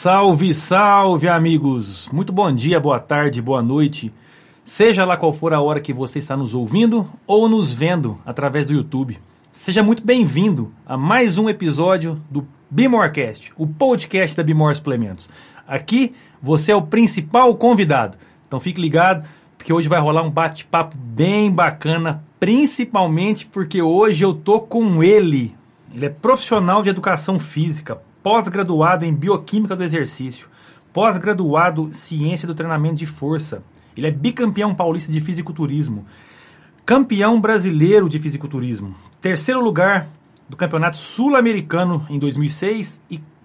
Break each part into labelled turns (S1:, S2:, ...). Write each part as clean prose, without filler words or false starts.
S1: Salve, salve, amigos! Muito bom dia, boa tarde, boa noite. Seja lá qual for a hora que você está nos ouvindo ou nos vendo através do YouTube. Seja muito bem-vindo a mais um episódio do Bimorecast, o podcast da Bimor Suplementos. Aqui você é o principal convidado. Então fique ligado, porque hoje vai rolar um bate-papo bem bacana, principalmente porque hoje eu tô com ele. Ele é profissional de educação física, pós-graduado em bioquímica do exercício, pós-graduado em ciência do treinamento de força. Ele é bicampeão paulista de fisiculturismo, campeão brasileiro de fisiculturismo, terceiro lugar do campeonato sul-americano em 2016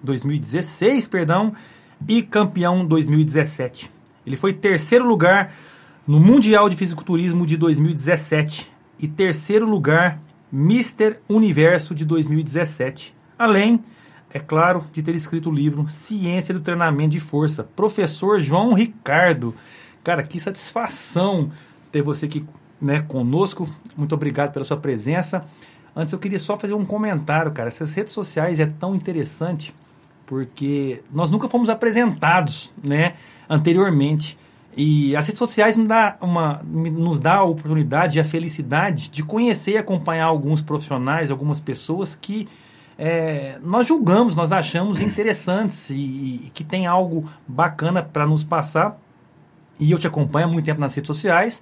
S1: e campeão em 2017. Ele foi terceiro lugar no Mundial de Fisiculturismo de 2017 e terceiro lugar Mister Universo de 2017. Além, é claro, de ter escrito o livro Ciência do Treinamento de Força. Professor João Ricardo. Cara, que satisfação ter você aqui, né, conosco. Muito obrigado pela sua presença. Antes eu queria só fazer um comentário, cara. Essas redes sociais é tão interessante porque nós nunca fomos apresentados, né, anteriormente. E as redes sociais nos dá a oportunidade e a felicidade de conhecer e acompanhar alguns profissionais, algumas pessoas que nós julgamos, nós achamos interessantes e que tem algo bacana para nos passar. E eu te acompanho há muito tempo nas redes sociais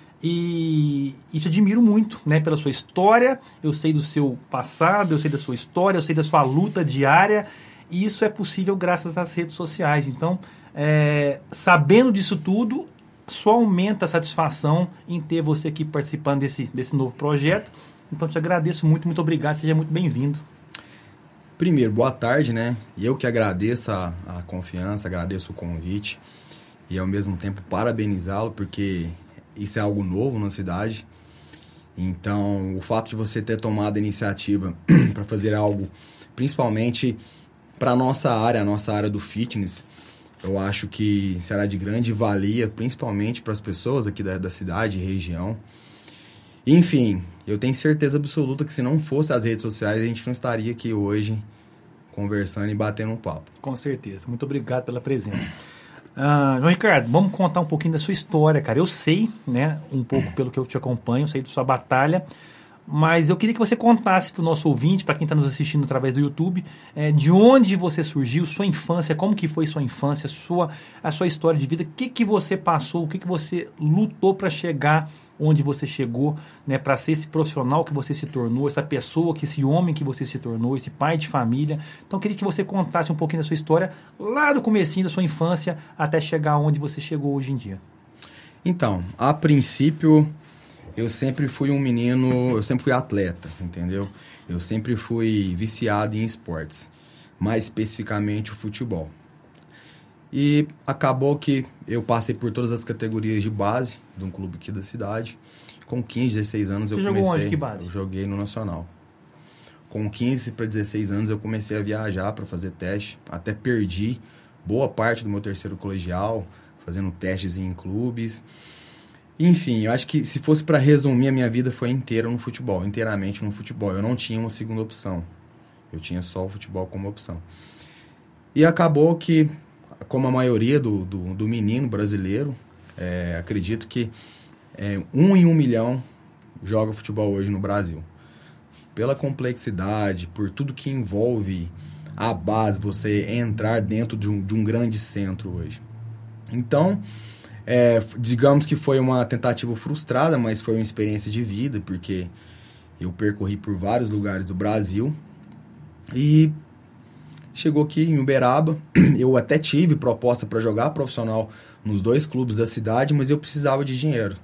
S1: e te admiro muito, né, pela sua história. Eu sei do seu passado, eu sei da sua história, eu sei da sua luta diária. E isso é possível graças às redes sociais. Então, sabendo disso tudo, só aumenta a satisfação em ter você aqui participando desse novo projeto. Então, te agradeço muito, muito obrigado, seja muito bem-vindo.
S2: Primeiro, boa tarde, né? E eu que agradeço a confiança, agradeço o convite e, ao mesmo tempo, parabenizá-lo, porque isso é algo novo na cidade. Então, o fato de você ter tomado a iniciativa para fazer algo, principalmente para a nossa área do fitness, eu acho que será de grande valia, principalmente para as pessoas aqui da cidade e região. Enfim, eu tenho certeza absoluta que se não fosse as redes sociais, a gente não estaria aqui hoje conversando e batendo um papo.
S1: Com certeza. Muito obrigado pela presença. João Ricardo, vamos contar um pouquinho da sua história, cara. Eu sei, né, um pouco pelo que eu te acompanho, sei da sua batalha, mas eu queria que você contasse para o nosso ouvinte, para quem está nos assistindo através do YouTube, de onde você surgiu, sua infância, como que foi sua infância, a sua história de vida, o que você passou, o que você lutou para chegar onde você chegou, né, para ser esse profissional que você se tornou, essa pessoa, esse homem que você se tornou, esse pai de família. Então eu queria que você contasse um pouquinho da sua história, lá do comecinho da sua infância, até chegar onde você chegou hoje em dia.
S2: Então, a princípio, eu sempre fui um menino, eu sempre fui atleta, entendeu? Eu sempre fui viciado em esportes, mais especificamente o futebol. E acabou que eu passei por todas as categorias de base de um clube aqui da cidade. Com 15, 16 anos eu comecei...
S1: Você jogou onde, que base?
S2: Eu joguei no Nacional. Com 15 para 16 anos eu comecei a viajar para fazer teste. Até perdi boa parte do meu terceiro colegial, fazendo testes em clubes. Enfim, eu acho que se fosse para resumir, a minha vida foi inteira no futebol, inteiramente no futebol. Eu não tinha uma segunda opção. Eu tinha só o futebol como opção. E acabou que, como a maioria do menino brasileiro, acredito que 1 em 1 milhão joga futebol hoje no Brasil. Pela complexidade, por tudo que envolve a base, você entrar dentro de um grande centro hoje. Então, digamos que foi uma tentativa frustrada, mas foi uma experiência de vida, porque eu percorri por vários lugares do Brasil e chegou aqui em Uberaba. Eu até tive proposta para jogar profissional nos 2 clubes da cidade, mas eu precisava de dinheiro.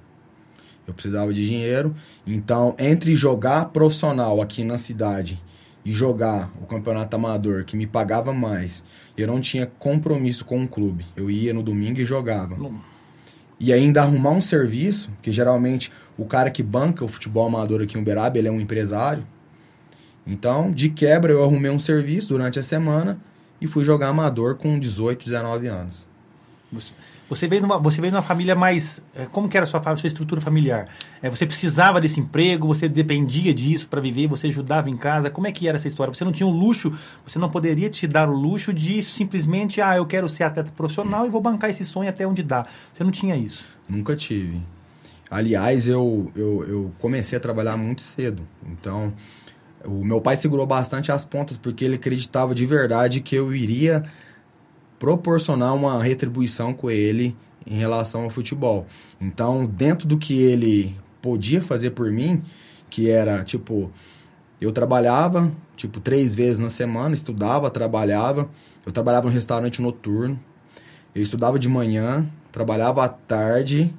S2: Então, entre jogar profissional aqui na cidade e jogar o campeonato amador, que me pagava mais, eu não tinha compromisso com um clube. Eu ia no domingo e jogava. E ainda arrumar um serviço, que geralmente o cara que banca o futebol amador aqui em Uberaba, ele é um empresário. Então, de quebra, eu arrumei um serviço durante a semana e fui jogar amador com 18, 19 anos.
S1: Você veio numa família mais... Como que era a sua estrutura familiar? Você precisava desse emprego, você dependia disso para viver, você ajudava em casa. Como é que era essa história? Você não tinha o luxo, você não poderia te dar o luxo de simplesmente, eu quero ser atleta profissional e vou bancar esse sonho até onde dá. Você não tinha isso?
S2: Nunca tive. Aliás, eu comecei a trabalhar muito cedo. Então, o meu pai segurou bastante as pontas porque ele acreditava de verdade que eu iria proporcionar uma retribuição com ele em relação ao futebol. Então, dentro do que ele podia fazer por mim, que era, eu trabalhava, 3 vezes na semana, estudava, trabalhava. Eu trabalhava no restaurante noturno. Eu estudava de manhã, trabalhava à tarde,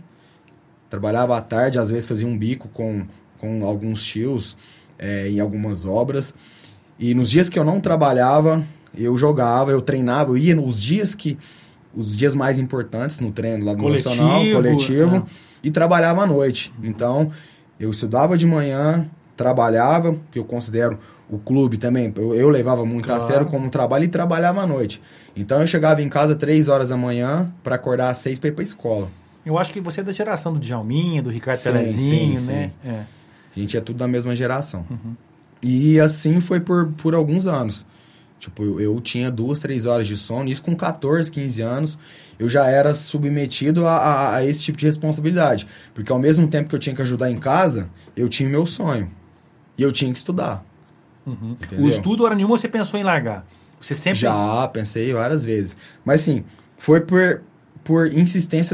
S2: às vezes fazia um bico com alguns tios em algumas obras. E nos dias que eu não trabalhava, eu jogava, eu treinava, eu ia nos dias mais importantes no treino lá do Nacional, coletivo, e trabalhava à noite. Então, eu estudava de manhã, trabalhava, que eu considero o clube também, eu levava muito a sério como trabalho e trabalhava à noite. Então, eu chegava em casa 3 horas da manhã para acordar às 6 para ir para a escola.
S1: Eu acho que você é da geração do Djalminha, do Ricardo Telezinho, né?
S2: Sim. A gente é tudo da mesma geração. Uhum. E assim foi por alguns anos. Eu tinha 2, 3 horas de sono, isso com 14, 15 anos, eu já era submetido a esse tipo de responsabilidade. Porque ao mesmo tempo que eu tinha que ajudar em casa, eu tinha meu sonho. E eu tinha que estudar.
S1: Uhum. O estudo, hora nenhuma, você pensou em largar? Você sempre...
S2: Já, pensei várias vezes. Mas assim, foi por insistência,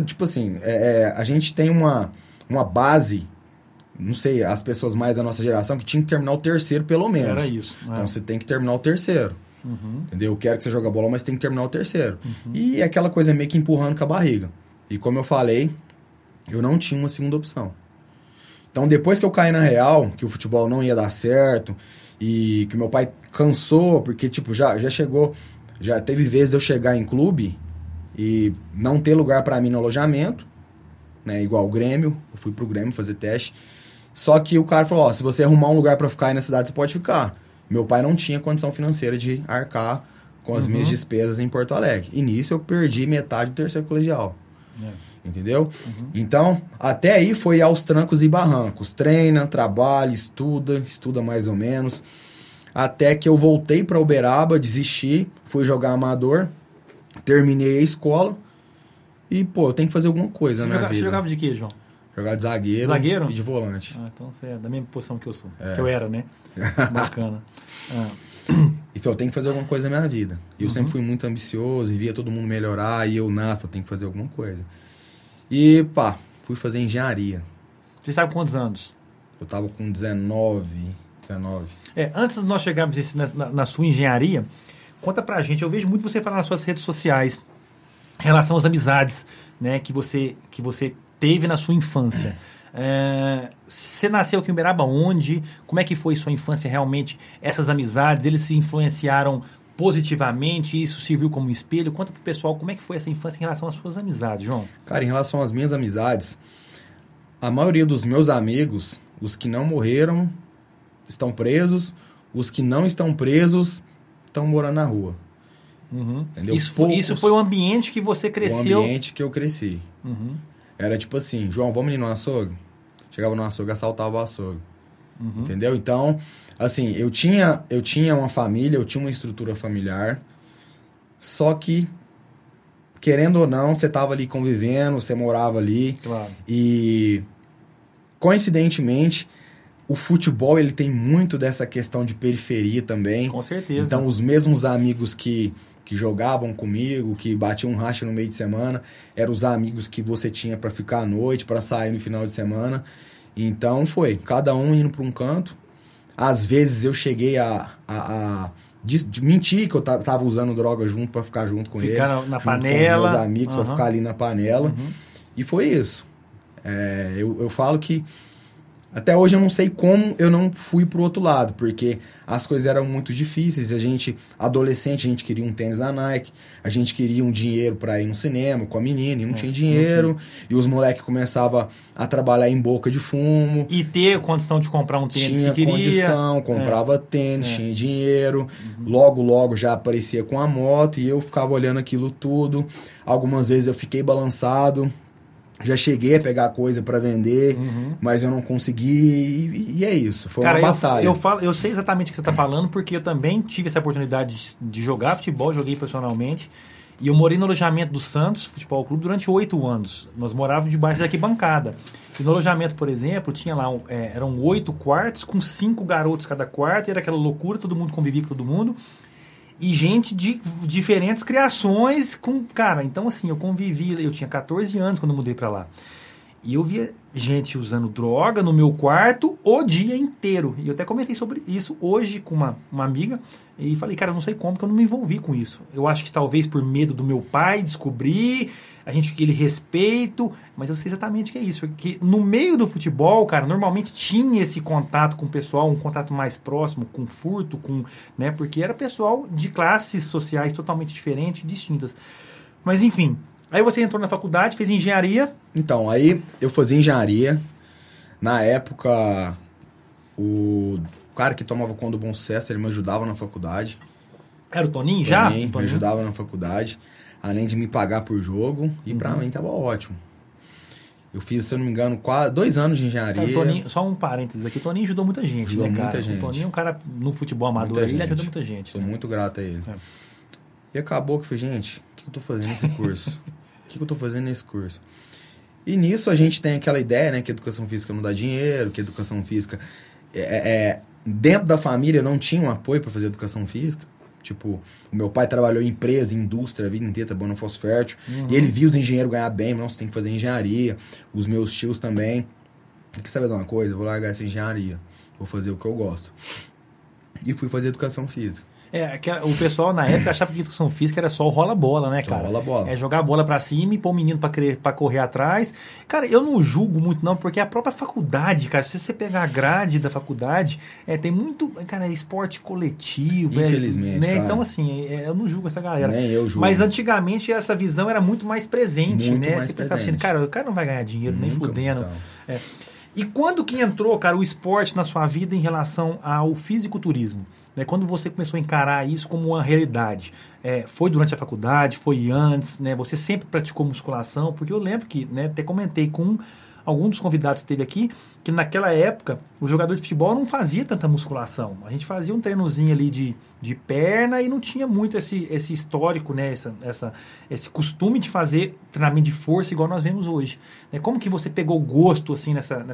S2: a gente tem uma base... Não sei, as pessoas mais da nossa geração que tinha que terminar o terceiro pelo menos.
S1: Era isso.
S2: Então você tem que terminar o terceiro.
S1: Uhum.
S2: Entendeu? Eu quero que você jogue a bola, mas tem que terminar o terceiro. Uhum. E é aquela coisa meio que empurrando com a barriga. E como eu falei, eu não tinha uma segunda opção. Então depois que eu caí na real, que o futebol não ia dar certo, e que meu pai cansou, porque já chegou, já teve vezes eu chegar em clube e não ter lugar pra mim no alojamento, né? Igual o Grêmio, eu fui pro Grêmio fazer teste. Só que o cara falou, se você arrumar um lugar pra ficar aí na cidade, você pode ficar. Meu pai não tinha condição financeira de arcar com as minhas despesas em Porto Alegre. E nisso eu perdi metade do terceiro colegial. Entendeu? Uhum. Então, até aí foi aos trancos e barrancos. Treina, trabalha, estuda mais ou menos. Até que eu voltei pra Uberaba, desisti, fui jogar amador, terminei a escola e, eu tenho que fazer alguma coisa na minha vida.
S1: Você jogava de quê, João?
S2: Jogava de zagueiro e de volante.
S1: Então você é da mesma posição que eu sou. Que eu era, né? Bacana.
S2: E eu tenho que fazer alguma coisa na minha vida. E eu sempre fui muito ambicioso e via todo mundo melhorar. E eu tenho que fazer alguma coisa. E, fui fazer engenharia.
S1: Você sabe quantos anos?
S2: Eu tava com 19.
S1: Antes de nós chegarmos na sua engenharia, conta pra gente. Eu vejo muito você falar nas suas redes sociais em relação às amizades, né, que você teve na sua infância. Você nasceu aqui em Uberaba onde? Como é que foi sua infância realmente? Essas amizades, eles se influenciaram positivamente? Isso serviu como um espelho? Conta pro pessoal como é que foi essa infância em relação às suas amizades, João.
S2: Cara, em relação às minhas amizades, a maioria dos meus amigos, os que não morreram, estão presos. Os que não estão presos, estão morando na rua.
S1: Uhum. Isso foi o ambiente que você cresceu?
S2: O ambiente que eu cresci.
S1: Uhum.
S2: Era assim, João, vamos ali no açougue? Chegava no açougue, assaltava o açougue. Uhum. Entendeu? Então, assim, eu tinha uma família, eu tinha uma estrutura familiar, só que, querendo ou não, você tava ali convivendo, você morava ali.
S1: Claro.
S2: E, coincidentemente, o futebol, ele tem muito dessa questão de periferia também.
S1: Com certeza.
S2: Então, os mesmos amigos que jogavam comigo, que batiam um racha no meio de semana, eram os amigos que você tinha para ficar à noite, para sair no final de semana. Então foi, cada um indo para um canto. Às vezes eu cheguei a mentir que eu tava usando droga junto para ficar junto com eles.
S1: Ficar na panela.
S2: Com os meus amigos, para ficar ali na panela. E foi isso. Eu falo que Até hoje eu não sei como eu não fui pro outro lado, porque as coisas eram muito difíceis. A gente, adolescente, a gente queria um tênis da Nike, a gente queria um dinheiro para ir no cinema com a menina e não tinha dinheiro. E os moleques começavam a trabalhar em boca de fumo.
S1: E ter condição de comprar um tênis
S2: tinha
S1: que queria.
S2: Condição, comprava tênis, tinha dinheiro. Logo já aparecia com a moto e eu ficava olhando aquilo tudo. Algumas vezes eu fiquei balançado. Já cheguei a pegar coisa pra vender, mas eu não consegui e é isso. Foi uma batalha.
S1: Eu sei exatamente o que você tá falando, porque eu também tive essa oportunidade de jogar futebol, joguei profissionalmente. E eu morei no alojamento do Santos Futebol Clube durante 8 anos. Nós morávamos debaixo da arquibancada. E no alojamento, por exemplo, tinha lá, eram 8 quartos com 5 garotos cada quarto. E era aquela loucura, todo mundo convivia com todo mundo. E gente de diferentes criações com... Cara, então assim, eu convivi... Eu tinha 14 anos quando eu mudei pra lá. E eu via gente usando droga no meu quarto o dia inteiro. E eu até comentei sobre isso hoje com uma amiga. E falei, cara, eu não sei como que eu não me envolvi com isso. Eu acho que talvez por medo do meu pai descobrir, a gente aquele respeito, mas eu sei exatamente o que é isso. Porque no meio do futebol, cara, normalmente tinha esse contato com o pessoal, um contato mais próximo, com furto, né, porque era pessoal de classes sociais totalmente diferentes, distintas. Mas enfim, aí você entrou na faculdade, fez engenharia.
S2: Então, aí eu fazia engenharia. Na época, o cara que tomava conta do Bom Sucesso, ele me ajudava na faculdade.
S1: Era o Toninho já?
S2: Me ajudava na faculdade, além de me pagar por jogo, e pra mim tava ótimo. Eu fiz, se eu não me engano, 2 anos de engenharia.
S1: Toninho, só um parênteses aqui, o Toninho ajudou muita gente,
S2: ajudou,
S1: né, cara?
S2: Muita gente.
S1: O Toninho é um cara no futebol amador, ele ajudou muita gente.
S2: Sou
S1: né?
S2: muito grato a ele. E acabou que eu falei, gente, o que eu tô fazendo nesse curso? O que eu tô fazendo nesse curso? E nisso a gente tem aquela ideia, né, que educação física não dá dinheiro, que educação física... Dentro da família não tinha um apoio para fazer educação física. Tipo, o meu pai trabalhou em empresa, em indústria, a vida inteira, trabalhou no Fosso Fértil. E ele viu os engenheiros ganhar bem, não, você tem que fazer engenharia. Os meus tios também. Quer saber de uma coisa? Eu vou largar essa engenharia. Vou fazer o que eu gosto. E fui fazer educação física.
S1: O pessoal na época achava que educação física era só rola-bola, né, cara?
S2: Só rola-bola.
S1: Jogar a bola pra cima e pôr o menino pra correr atrás. Cara, eu não julgo muito não, porque a própria faculdade, cara, se você pegar a grade da faculdade, tem muito, cara, esporte coletivo.
S2: Infelizmente,
S1: né?
S2: cara.
S1: Então, assim, eu não julgo essa galera.
S2: Nem eu julgo.
S1: Mas antigamente essa visão era muito mais presente,
S2: muito
S1: né?
S2: Mais
S1: você
S2: presente.
S1: pensava assim, cara, o cara não vai ganhar dinheiro, nem fudendo.
S2: Então.
S1: E quando que entrou, cara, o esporte na sua vida em relação ao fisiculturismo? Né? Quando você começou a encarar isso como uma realidade? Foi durante a faculdade? Foi antes? Né? Você sempre praticou musculação? Porque eu lembro que, né, até comentei com algum dos convidados que teve aqui, que naquela época o jogador de futebol não fazia tanta musculação. A gente fazia um treinozinho ali de perna e não tinha muito esse histórico, né? Esse costume de fazer treinamento de força igual nós vemos hoje. Né? Como que você pegou gosto assim,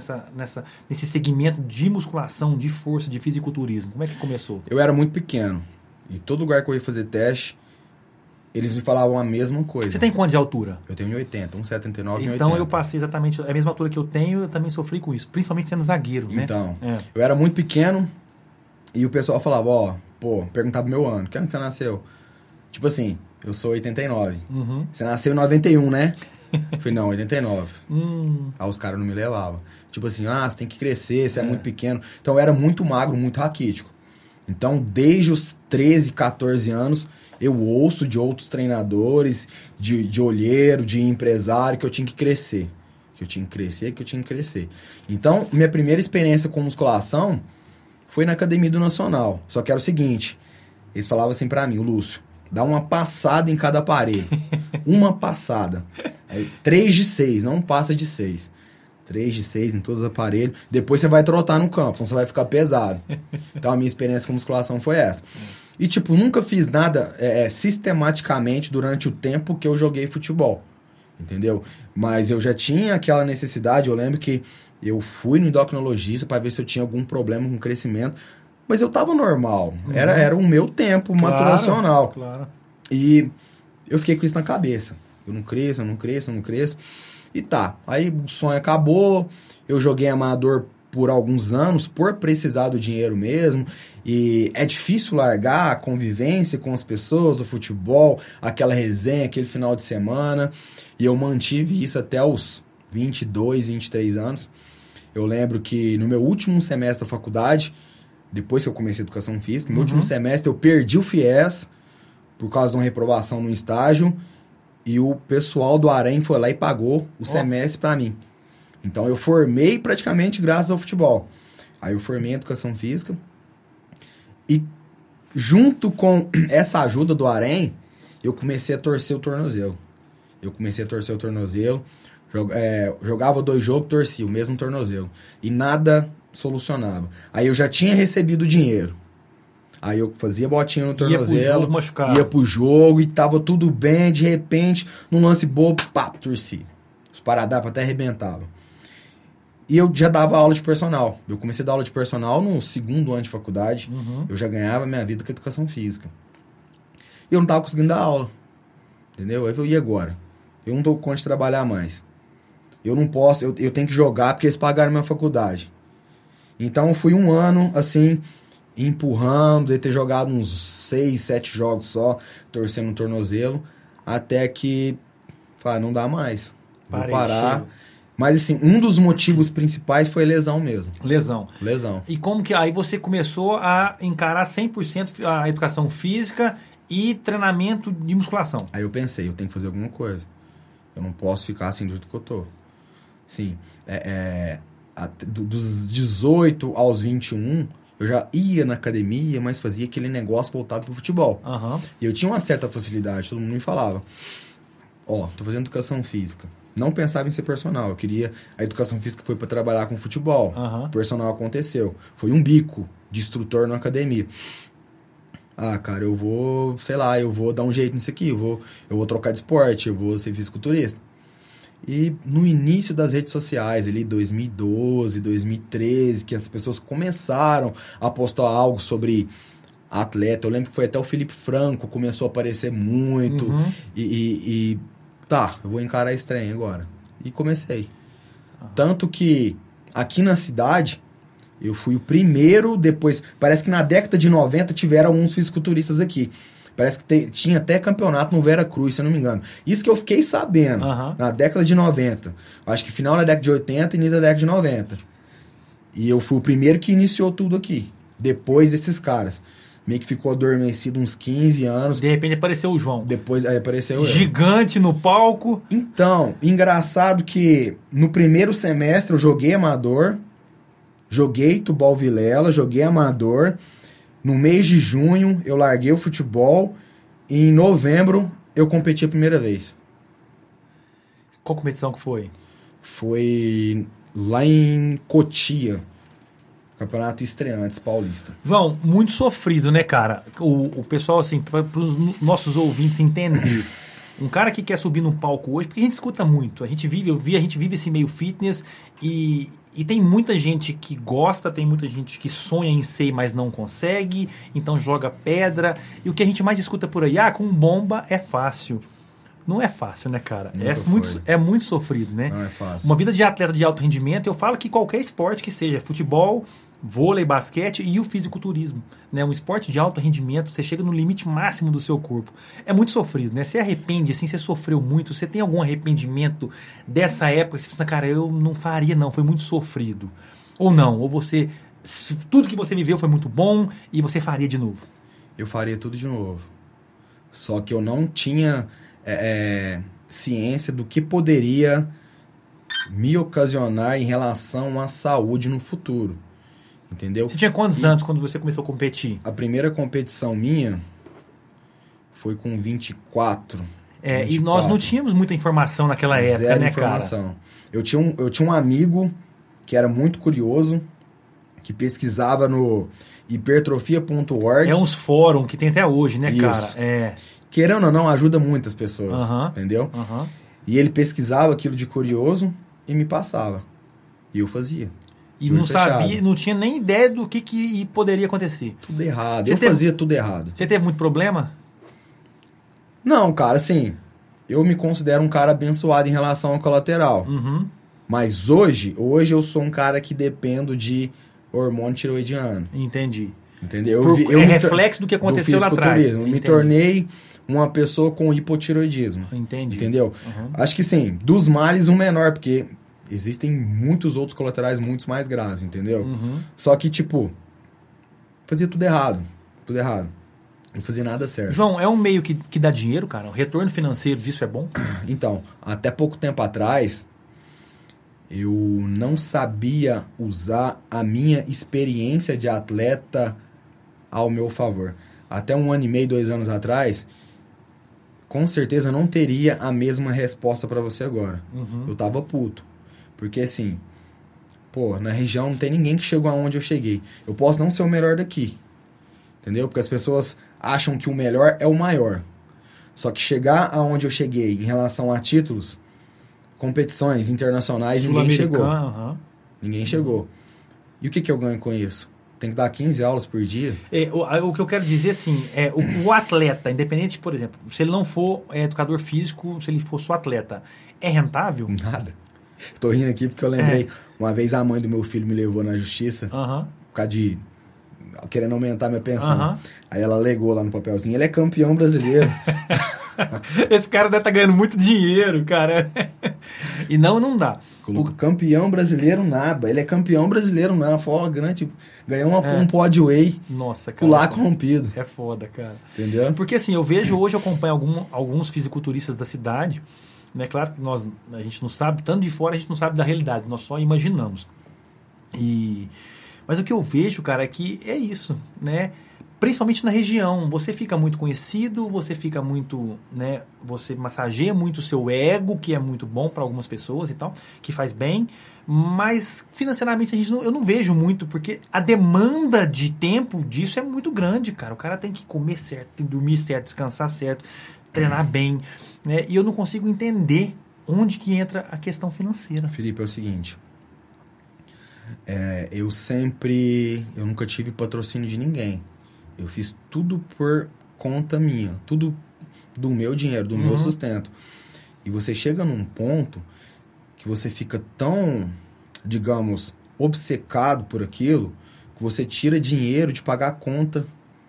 S1: nesse segmento de musculação, de força, de fisiculturismo? Como é que começou?
S2: Eu era muito pequeno e todo lugar que eu ia fazer teste, eles me falavam a mesma coisa.
S1: Você tem quanto de altura?
S2: Eu tenho 1,80, 1,79 e 1,80.
S1: Então eu passei exatamente a mesma altura que eu tenho, eu também sofri com isso, principalmente sendo zagueiro, né?
S2: Então, eu era muito pequeno e o pessoal falava, perguntava o meu ano, que ano que você nasceu? Tipo assim, eu sou 89. Você nasceu em 91, né? Eu falei, não, 89. Aí os caras não me levavam. Tipo assim, você tem que crescer, você é muito pequeno. Então eu era muito magro, muito raquítico. Então, desde os 13, 14 anos... Eu ouço de outros treinadores, de olheiro, de empresário, que eu tinha que crescer. Que eu tinha que crescer. Então, minha primeira experiência com musculação foi na Academia do Nacional. Só que era o seguinte, eles falavam assim pra mim, o Lúcio, dá uma passada em cada aparelho. Uma passada. Aí, 3 de 6, não passa de 6. 3 de 6 em todos os aparelhos. Depois você vai trotar no campo, senão você vai ficar pesado. Então, a minha experiência com musculação foi essa. E, tipo, nunca fiz nada sistematicamente durante o tempo que eu joguei futebol, entendeu? Mas eu já tinha aquela necessidade, eu lembro que eu fui no endocrinologista para ver se eu tinha algum problema com crescimento, mas eu tava normal, era o meu tempo maturacional.
S1: Claro.
S2: E eu fiquei com isso na cabeça, eu não cresço, e tá, aí o sonho acabou, eu joguei amador por alguns anos, por precisar do dinheiro mesmo, e é difícil largar a convivência com as pessoas, o futebol, aquela resenha, aquele final de semana, e eu mantive isso até os 22, 23 anos. Eu lembro que no meu último semestre da faculdade, depois que eu comecei educação física, no meu último semestre eu perdi o FIES por causa de uma reprovação no estágio e o pessoal do Arém foi lá e pagou o semestre pra mim. Então eu formei praticamente graças ao futebol. Aí eu formei em educação física e junto com essa ajuda do Arém, eu comecei a torcer o tornozelo. Jogava 2 jogos, torcia o mesmo tornozelo. E nada solucionava. Aí eu já tinha recebido dinheiro. Aí eu fazia botinha no tornozelo, ia pro jogo e tava tudo bem. De repente, num lance bobo, pá, torcia. Os paradapos até arrebentavam. E eu já dava aula de personal. Eu comecei a dar aula de personal no 2º ano de faculdade. Eu já ganhava minha vida com educação física. E eu não tava conseguindo dar aula. Entendeu? Aí eu falei, e agora? Eu não dou conta de trabalhar mais. Eu não posso, eu tenho que jogar porque eles pagaram minha faculdade. Então eu fui 1 ano, assim, empurrando, de ter jogado uns 6, 7 jogos só, torcendo no tornozelo, até que, falei, não dá mais. Vou parar. Cheio. Mas, assim, um dos motivos principais foi lesão mesmo.
S1: Lesão.
S2: E
S1: como que aí você começou a encarar 100% a educação física e treinamento de musculação?
S2: Aí eu pensei, eu tenho que fazer alguma coisa. Eu não posso ficar assim do jeito que eu tô. Sim, dos 18 aos 21, eu já ia na academia, mas fazia aquele negócio voltado pro futebol. E eu tinha uma certa facilidade, todo mundo me falava. Tô fazendo educação física. Não pensava em ser personal, eu queria... A educação física foi para trabalhar com futebol. O personal aconteceu. Foi um bico de instrutor na academia. Cara, eu vou, sei lá, eu vou dar um jeito nisso aqui, eu vou trocar de esporte, eu vou ser fisiculturista. E no início das redes sociais, ali 2012, 2013, que as pessoas começaram a postar algo sobre atleta, eu lembro que foi até o Felipe Franco, começou a aparecer muito, eu vou encarar esse trem agora. E comecei. Tanto que aqui na cidade, eu fui o primeiro, depois... Parece que na década de 90 tiveram alguns fisiculturistas aqui. Parece que tinha até campeonato no Vera Cruz, se eu não me engano. Isso que eu fiquei sabendo, na década de 90. Acho que final da década de 80 e início da década de 90. E eu fui o primeiro que iniciou tudo aqui. Depois desses caras. Meio que ficou adormecido uns 15 anos.
S1: De repente apareceu o João.
S2: Depois apareceu eu.
S1: Gigante no palco.
S2: Então, engraçado que no primeiro semestre eu joguei amador... Joguei Tubal Vilela, joguei amador. No mês de junho, eu larguei o futebol. E em novembro, eu competi a primeira vez.
S1: Qual competição que foi?
S2: Foi lá em Cotia. Campeonato Estreantes Paulista.
S1: João, muito sofrido, né, cara? O pessoal, assim, para os nossos ouvintes entenderem. Um cara que quer subir no palco hoje, porque a gente escuta muito. A gente vive esse meio fitness e tem muita gente que gosta, tem muita gente que sonha em ser, mas não consegue, então joga pedra. E o que a gente mais escuta por aí, com bomba é fácil. Não é fácil, né, cara? É muito sofrido, né?
S2: Não é fácil.
S1: Uma vida de atleta de alto rendimento, eu falo que qualquer esporte que seja, futebol, vôlei, basquete e o fisiculturismo, né? Um esporte de alto rendimento, você chega no limite máximo do seu corpo. É muito sofrido, né? Você arrepende, assim, você sofreu muito, você tem algum arrependimento dessa época? Você pensa, cara, eu não faria não, foi muito sofrido. Ou não, ou você, tudo que você viveu foi muito bom e você faria de novo?
S2: Eu faria tudo de novo. Só que eu não tinha ciência do que poderia me ocasionar em relação à saúde no futuro. Entendeu?
S1: Você tinha quantos anos quando você começou a competir?
S2: A primeira competição minha foi com 24. 24.
S1: E nós não tínhamos muita informação naquela época, né,
S2: informação.
S1: Cara?
S2: Eu tinha um amigo que era muito curioso, que pesquisava no hipertrofia.org.
S1: É uns fóruns que tem até hoje, né,
S2: Isso.
S1: cara?
S2: Querendo ou não, ajuda muitas pessoas, entendeu? E ele pesquisava aquilo de curioso e me passava. E eu fazia.
S1: E não sabia, não tinha nem ideia do que poderia acontecer.
S2: Tudo errado. Eu fazia tudo errado.
S1: Você teve muito problema?
S2: Não, cara, assim, eu me considero um cara abençoado em relação ao colateral. Mas hoje eu sou um cara que dependo de hormônio tireoidiano.
S1: Entendi.
S2: Entendeu?
S1: Reflexo do que aconteceu lá atrás.
S2: Eu me tornei uma pessoa com hipotireoidismo.
S1: Entendi.
S2: Entendeu? Acho que sim, dos males o menor, porque existem muitos outros colaterais muito mais graves, entendeu?
S1: Uhum.
S2: Só que, tipo, fazia tudo errado. Tudo errado. Não fazia nada certo.
S1: João, é um meio que dá dinheiro, cara? O retorno financeiro disso é bom?
S2: Então, até pouco tempo atrás, eu não sabia usar a minha experiência de atleta ao meu favor. Até 1 ano e meio, 2 anos atrás, com certeza não teria a mesma resposta pra você agora.
S1: Uhum.
S2: Eu tava puto. Porque assim, pô, na região não tem ninguém que chegou aonde eu cheguei. Eu posso não ser o melhor daqui. Entendeu? Porque as pessoas acham que o melhor é o maior. Só que chegar aonde eu cheguei em relação a títulos, competições internacionais, ninguém chegou.
S1: Uhum.
S2: Ninguém chegou. E o que eu ganho com isso? Tem que dar 15 aulas por dia?
S1: O que eu quero dizer, assim, o atleta, independente, por exemplo, se ele não for educador físico, se ele for só atleta, é rentável?
S2: Nada. Tô rindo aqui porque eu lembrei, uma vez a mãe do meu filho me levou na justiça,
S1: Uhum.
S2: por causa de querendo aumentar minha pensão.
S1: Uhum.
S2: Aí ela alegou lá no papelzinho, ele é campeão brasileiro.
S1: Esse cara deve estar ganhando muito dinheiro, cara. E não dá.
S2: Colocou campeão brasileiro nada. Ele é campeão brasileiro nada. Foi grande. Ganhou um pódio whey.
S1: Nossa, cara.
S2: Pular corrompido.
S1: É foda, cara.
S2: Entendeu?
S1: Porque assim, eu vejo hoje, eu acompanho alguns fisiculturistas da cidade, né? Claro que a gente não sabe, tanto de fora a gente não sabe da realidade, nós só imaginamos. Mas o que eu vejo, cara, é que é isso, né? Principalmente na região, você fica muito conhecido, você fica muito, né? Você massageia muito o seu ego, que é muito bom para algumas pessoas e tal, que faz bem, mas financeiramente eu não vejo muito, porque a demanda de tempo disso é muito grande, cara. O cara tem que comer certo, tem que dormir certo, descansar certo, treinar bem, né? E eu não consigo entender onde que entra a questão financeira.
S2: Felipe, é o seguinte, eu nunca tive patrocínio de ninguém. Eu fiz tudo por conta minha, tudo do meu dinheiro, do meu sustento. E você chega num ponto que você fica tão, digamos, obcecado por aquilo, que você tira dinheiro de pagar a conta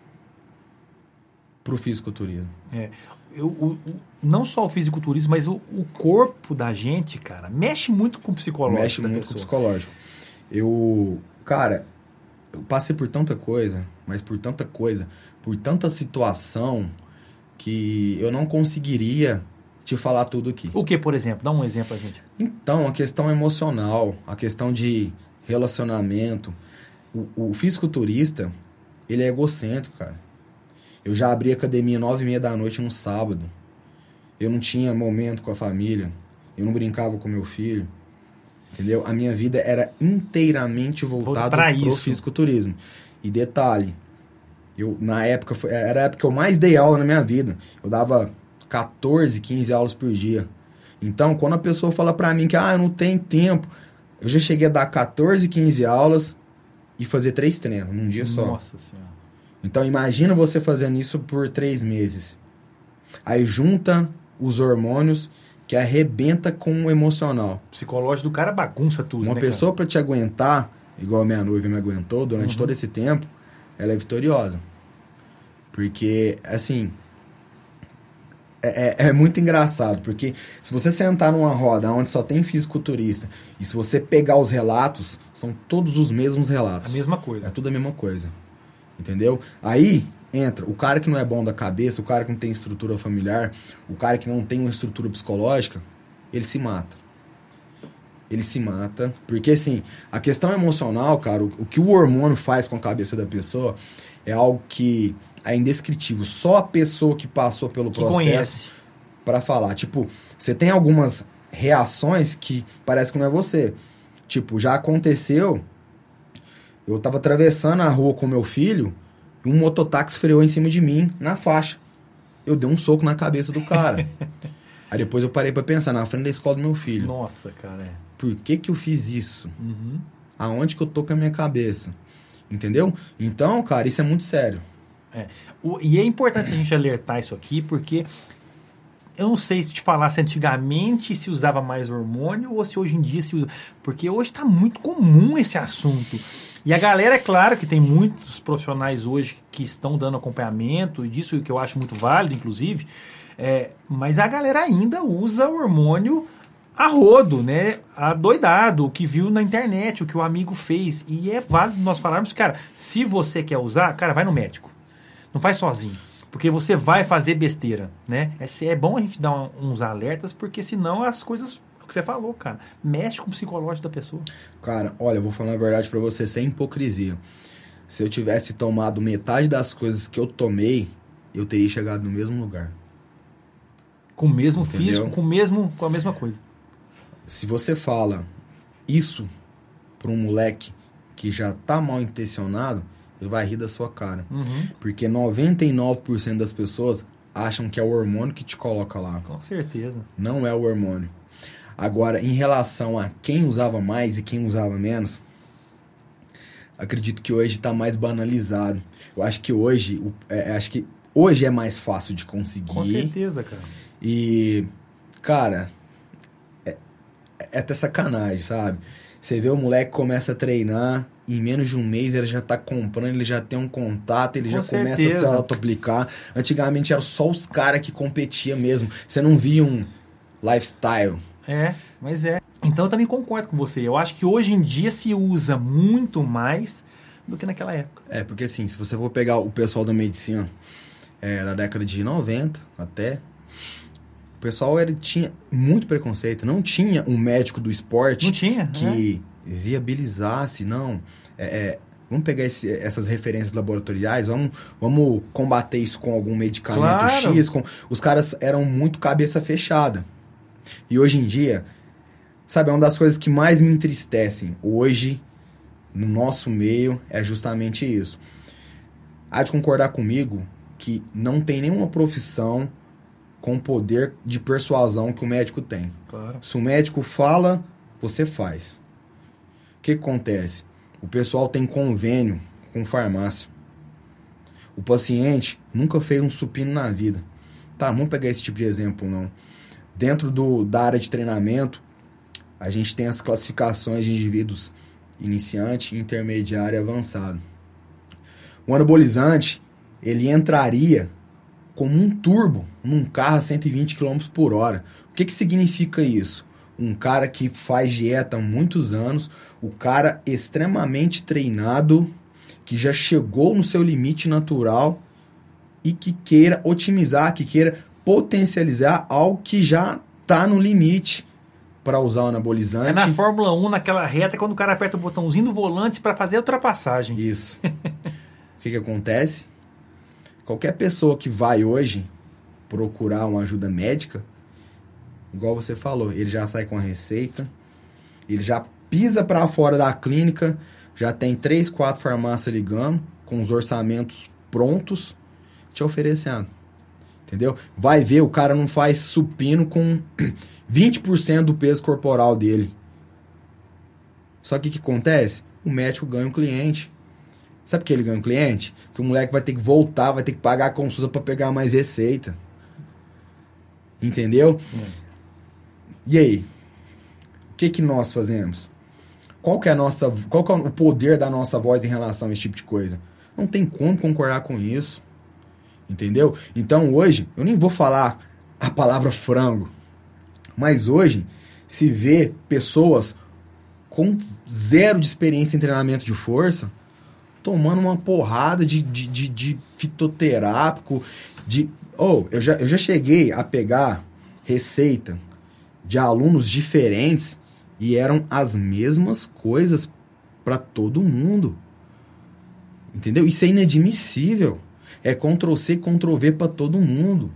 S2: pro fisiculturismo.
S1: Não só o fisiculturismo, mas o corpo da gente, cara, mexe muito com o psicológico.
S2: Mexe muito com o psicológico. Eu passei por tanta coisa, mas por tanta situação, que eu não conseguiria te falar tudo aqui.
S1: O que, por exemplo? Dá um exemplo pra gente.
S2: Então, a questão emocional, a questão de relacionamento. O fisiculturista, ele é egocêntrico, cara. Eu já abri academia 9h30 da noite no sábado. Eu não tinha momento com a família. Eu não brincava com meu filho. Entendeu? A minha vida era inteiramente voltada pro fisiculturismo. E detalhe, na época, era a época que eu mais dei aula na minha vida. Eu dava 14, 15 aulas por dia. Então, quando a pessoa fala pra mim que eu não tenho tempo, eu já cheguei a dar 14, 15 aulas e fazer 3 treinos num dia só.
S1: Nossa Senhora.
S2: Então, imagina você fazendo isso por 3 meses. Aí junta os hormônios que arrebenta com o emocional.
S1: O psicológico do cara bagunça tudo,
S2: Uma pessoa para te aguentar, igual a minha noiva me aguentou durante todo esse tempo, ela é vitoriosa. Porque, assim, é muito engraçado, porque se você sentar numa roda onde só tem fisiculturista, e se você pegar os relatos, são todos os mesmos relatos.
S1: A mesma coisa.
S2: É tudo a mesma coisa. Entendeu? Aí entra o cara que não é bom da cabeça, o cara que não tem estrutura familiar, o cara que não tem uma estrutura psicológica, ele se mata. Ele se mata, porque assim, a questão emocional, cara, o que o hormônio faz com a cabeça da pessoa é algo que é indescritível. Só a pessoa que passou pelo processo para falar. Tipo, você tem algumas reações que parece que não é você. Tipo, já aconteceu, eu tava atravessando a rua com meu filho, e um mototáxi freou em cima de mim, na faixa. Eu dei um soco na cabeça do cara. Aí depois eu parei pra pensar, na frente da escola do meu filho.
S1: Nossa, cara.
S2: Por que eu fiz isso? Aonde que eu tô com a minha cabeça? Entendeu? Então, cara, isso é muito sério.
S1: E é importante a gente alertar isso aqui, porque eu não sei se te falar se antigamente se usava mais hormônio ou se hoje em dia se usa. Porque hoje tá muito comum esse assunto. E a galera, é claro que tem muitos profissionais hoje que estão dando acompanhamento, e disso que eu acho muito válido, inclusive, mas a galera ainda usa o hormônio a rodo, né? Adoidado, o que viu na internet, o que o amigo fez. E é válido nós falarmos, cara, se você quer usar, cara, vai no médico. Não faz sozinho. Porque você vai fazer besteira, né? É bom a gente dar uns alertas, porque senão as coisas, o que você falou, cara, mexe com o psicológico da pessoa.
S2: Cara, olha, eu vou falar a verdade pra você, sem hipocrisia. Se eu tivesse tomado metade das coisas que eu tomei, eu teria chegado no mesmo lugar.
S1: Com o mesmo
S2: Entendeu?
S1: físico, com a mesma coisa.
S2: Se você fala isso pra um moleque que já tá mal intencionado, ele vai rir da sua cara.
S1: Uhum.
S2: Porque 99% das pessoas acham que é o hormônio que te coloca lá.
S1: Com certeza.
S2: Não é o hormônio. Agora, em relação a quem usava mais e quem usava menos, acredito que hoje está mais banalizado. Eu acho que hoje é mais fácil de conseguir.
S1: Com certeza, cara.
S2: E, cara, é até sacanagem, sabe? Você vê o moleque começa a treinar, em menos de um mês ele já tá comprando, ele já tem um contato, ele
S1: Com
S2: já
S1: certeza.
S2: começa a se auto-aplicar. Antigamente eram só os caras que competiam mesmo. Você não via um lifestyle.
S1: Mas é. Então eu também concordo com você. Eu acho que hoje em dia se usa muito mais do que naquela época.
S2: Porque assim, se você for pegar o pessoal da medicina da década de 90 até, o pessoal tinha muito preconceito. Não tinha um médico do esporte que viabilizasse, não. Vamos pegar essas referências laboratoriais, vamos combater isso com algum medicamento X. Os caras eram muito cabeça fechada. E hoje em dia, sabe, é uma das coisas que mais me entristecem hoje, no nosso meio, é justamente isso. Há de concordar comigo que não tem nenhuma profissão com o poder de persuasão que o médico tem.
S1: Claro.
S2: Se o médico fala, você faz. O que acontece? O pessoal tem convênio com farmácia. O paciente nunca fez um supino na vida. Tá, vamos pegar esse tipo de exemplo, não. Dentro da área de treinamento, a gente tem as classificações de indivíduos iniciante, intermediário e avançado. O anabolizante, ele entraria como um turbo num carro a 120 km por hora. O que significa isso? Um cara que faz dieta há muitos anos, o cara extremamente treinado, que já chegou no seu limite natural e que queira otimizar, que queira potencializar algo que já está no limite para usar o anabolizante.
S1: É na Fórmula 1, naquela reta, quando o cara aperta o botãozinho do volante para fazer a ultrapassagem.
S2: Isso. O que acontece? Qualquer pessoa que vai hoje procurar uma ajuda médica, igual você falou, ele já sai com a receita, ele já pisa para fora da clínica, já tem 3, 4 farmácias ligando, com os orçamentos prontos, te oferecendo. Entendeu? Vai ver, o cara não faz supino com 20% do peso corporal dele. Só que o que acontece? O médico ganha um cliente. Sabe por que ele ganha um cliente? Que o moleque vai ter que voltar, vai ter que pagar a consulta para pegar mais receita. Entendeu? E aí? O que nós fazemos? Qual que é o poder da nossa voz em relação a esse tipo de coisa? Não tem como concordar com isso. Entendeu? Então hoje, eu nem vou falar a palavra frango, mas hoje se vê pessoas com 0 de experiência em treinamento de força tomando uma porrada de fitoterápico, eu já cheguei a pegar receita de alunos diferentes e eram as mesmas coisas para todo mundo. Entendeu? Isso é inadmissível. É Ctrl-C, Ctrl-V para todo mundo.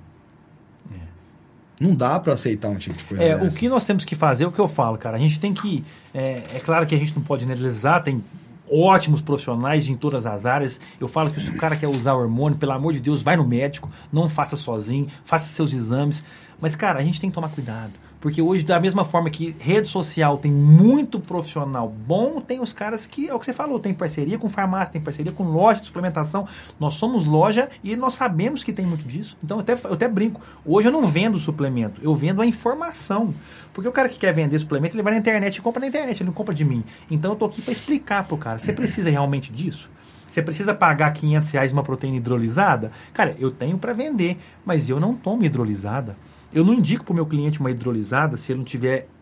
S2: Não dá para aceitar um tipo de coisa dessa.
S1: O que nós temos que fazer é o que eu falo, cara. A gente tem que... É claro que a gente não pode generalizar, tem ótimos profissionais em todas as áreas. Eu falo que se o cara quer usar hormônio, pelo amor de Deus, vai no médico, não faça sozinho, faça seus exames. Mas, cara, a gente tem que tomar cuidado. Porque hoje, da mesma forma que rede social tem muito profissional bom, tem os caras que, é o que você falou, tem parceria com farmácia, tem parceria com loja de suplementação. Nós somos loja e nós sabemos que tem muito disso. Então, eu até brinco. Hoje eu não vendo suplemento, eu vendo a informação. Porque o cara que quer vender suplemento, ele vai na internet e compra na internet, ele não compra de mim. Então, eu tô aqui para explicar pro cara. Você precisa realmente disso? Você precisa pagar R$500 uma proteína hidrolisada? Cara, eu tenho para vender, mas eu não tomo hidrolisada. Eu não indico para o meu cliente uma hidrolisada se ele não tiver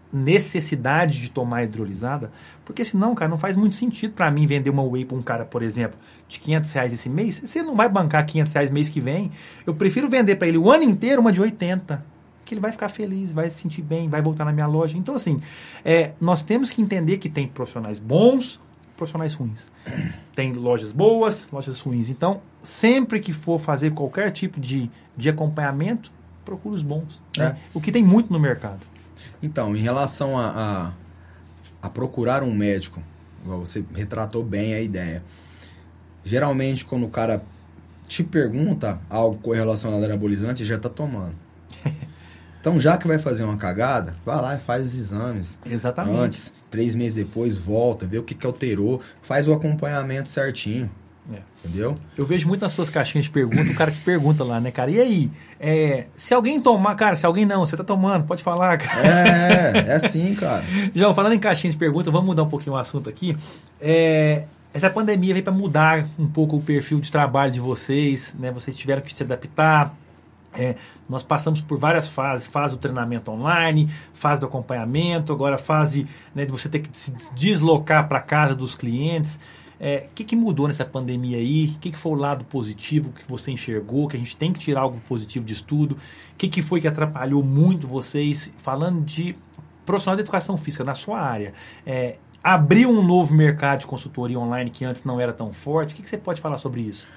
S1: necessidade de tomar hidrolisada, porque senão, cara, não faz muito sentido para mim vender uma whey para um cara, por exemplo, de R$500 esse mês. Você não vai bancar R$500 mês que vem. Eu prefiro vender para ele o ano inteiro uma de 80, que ele vai ficar feliz, vai se sentir bem, vai voltar na minha loja. Então, assim, nós temos que entender que tem profissionais bons, profissionais ruins. Tem lojas boas, lojas ruins. Então, sempre que for fazer qualquer tipo de acompanhamento, procure os bons. Né? O que tem muito no mercado.
S2: Então, em relação a procurar um médico, você retratou bem a ideia. Geralmente, quando o cara te pergunta algo correlacionado a anabolizante, já está tomando. Então, já que vai fazer uma cagada, vai lá e faz os exames.
S1: Exatamente.
S2: Antes, 3 meses depois, volta, vê o que alterou, faz o acompanhamento certinho. Entendeu?
S1: Eu vejo muito nas suas caixinhas de pergunta, o cara que pergunta lá, né, cara? E aí, se alguém tomar, cara, se alguém não, você tá tomando, pode falar, cara.
S2: É assim, cara.
S1: João, falando em caixinha de pergunta, vamos mudar um pouquinho o assunto aqui. Essa pandemia veio para mudar um pouco o perfil de trabalho de vocês, né? Vocês tiveram que se adaptar. Nós passamos por várias fases, fase do treinamento online, fase do acompanhamento, agora a fase, né, de você ter que se deslocar para casa dos clientes. O que mudou nessa pandemia aí? O que foi o lado positivo que você enxergou, que a gente tem que tirar algo positivo de estudo? O que foi que atrapalhou muito vocês? Falando de profissional de educação física na sua área, abriu um novo mercado de consultoria online que antes não era tão forte. O que você pode falar sobre isso?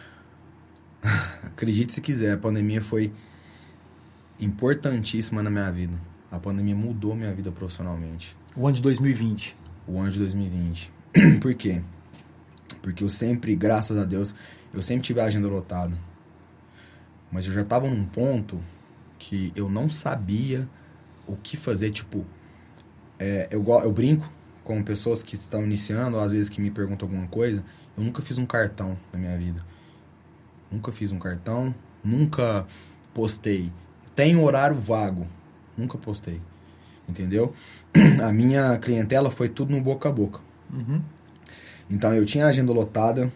S2: Acredite se quiser, a pandemia foi importantíssima na minha vida. A pandemia mudou minha vida profissionalmente.
S1: O ano de 2020.
S2: O ano de 2020. Por quê? Porque eu sempre, graças a Deus, eu sempre tive a agenda lotada. Mas eu já estava num ponto que eu não sabia o que fazer. Tipo, eu brinco com pessoas que estão iniciando, ou às vezes que me perguntam alguma coisa. Eu nunca fiz um cartão na minha vida. Nunca fiz um cartão, nunca postei. Tenho horário vago, nunca postei. Entendeu? A minha clientela foi tudo no boca a boca.
S1: Uhum.
S2: Então eu tinha a agenda lotada,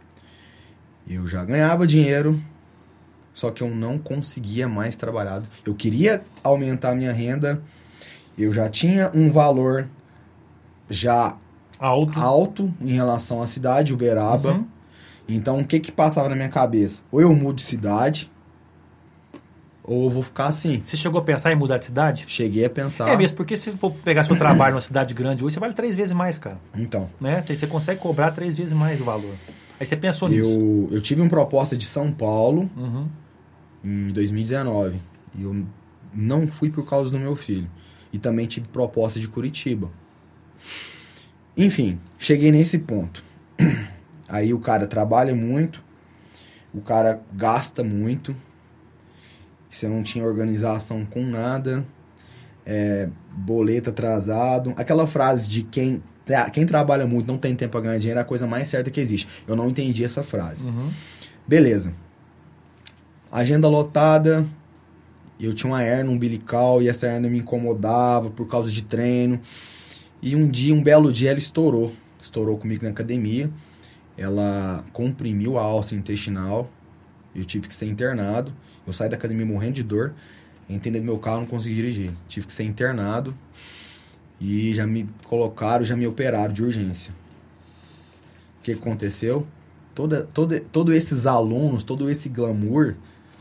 S2: eu já ganhava dinheiro, só que eu não conseguia mais trabalhar. Eu queria aumentar a minha renda, eu já tinha um valor já alto em relação à cidade, Uberaba.
S1: Uhum.
S2: Então o que passava na minha cabeça? Ou eu mudo de cidade, ou eu vou ficar assim.
S1: Você chegou a pensar em mudar de cidade?
S2: Cheguei a pensar.
S1: Mesmo, porque se for pegar seu trabalho numa cidade grande hoje, você vale 3 vezes mais, cara.
S2: Então.
S1: Né? Você consegue cobrar 3 vezes mais o valor. Aí você pensou nisso.
S2: Eu tive uma proposta de São Paulo em 2019. E eu não fui por causa do meu filho. E também tive proposta de Curitiba. Enfim, cheguei nesse ponto. Aí o cara trabalha muito, o cara gasta muito. Você não tinha organização com nada, boleto atrasado. Aquela frase de quem trabalha muito não tem tempo para ganhar dinheiro é a coisa mais certa que existe. Eu não entendi essa frase. Beleza. Agenda lotada, eu tinha uma hernia umbilical e essa hernia me incomodava por causa de treino. E um belo dia ela estourou. Estourou comigo na academia. Ela comprimiu a alça intestinal. Eu tive que ser internado. Eu saí da academia morrendo de dor. Entrei no meu carro, não consegui dirigir. Tive que ser internado. E já me colocaram, já me operaram de urgência. O que aconteceu? Todos esses alunos, todo esse glamour,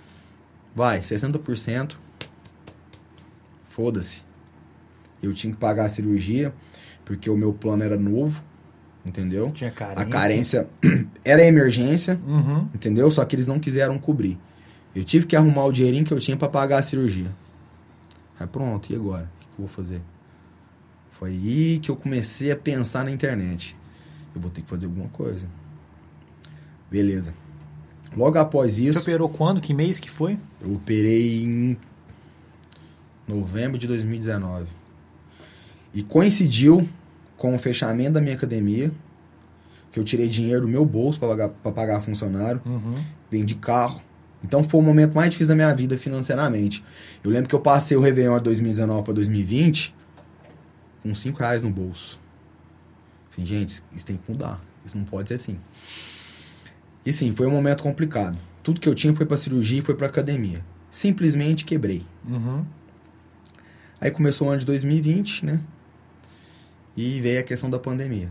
S2: 60%. Foda-se. Eu tinha que pagar a cirurgia, porque o meu plano era novo. Entendeu?
S1: Tinha carência.
S2: A carência era emergência, entendeu? Só que eles não quiseram cobrir. Eu tive que arrumar o dinheirinho que eu tinha para pagar a cirurgia. Aí pronto, e agora? O que eu vou fazer? Foi aí que eu comecei a pensar na internet. Eu vou ter que fazer alguma coisa. Beleza. Logo após isso...
S1: Você operou quando? Que mês que foi?
S2: Eu operei em novembro de 2019. E coincidiu com o fechamento da minha academia, que eu tirei dinheiro do meu bolso para pagar funcionário, vendi carro. Então foi o momento mais difícil da minha vida financeiramente. Eu lembro que eu passei o Réveillon de 2019 para 2020 com R$5 no bolso. Falei, gente, isso tem que mudar. Isso não pode ser assim. E sim, foi um momento complicado. Tudo que eu tinha foi para cirurgia e foi para academia. Simplesmente quebrei. Aí começou o ano de 2020, né? E veio a questão da pandemia.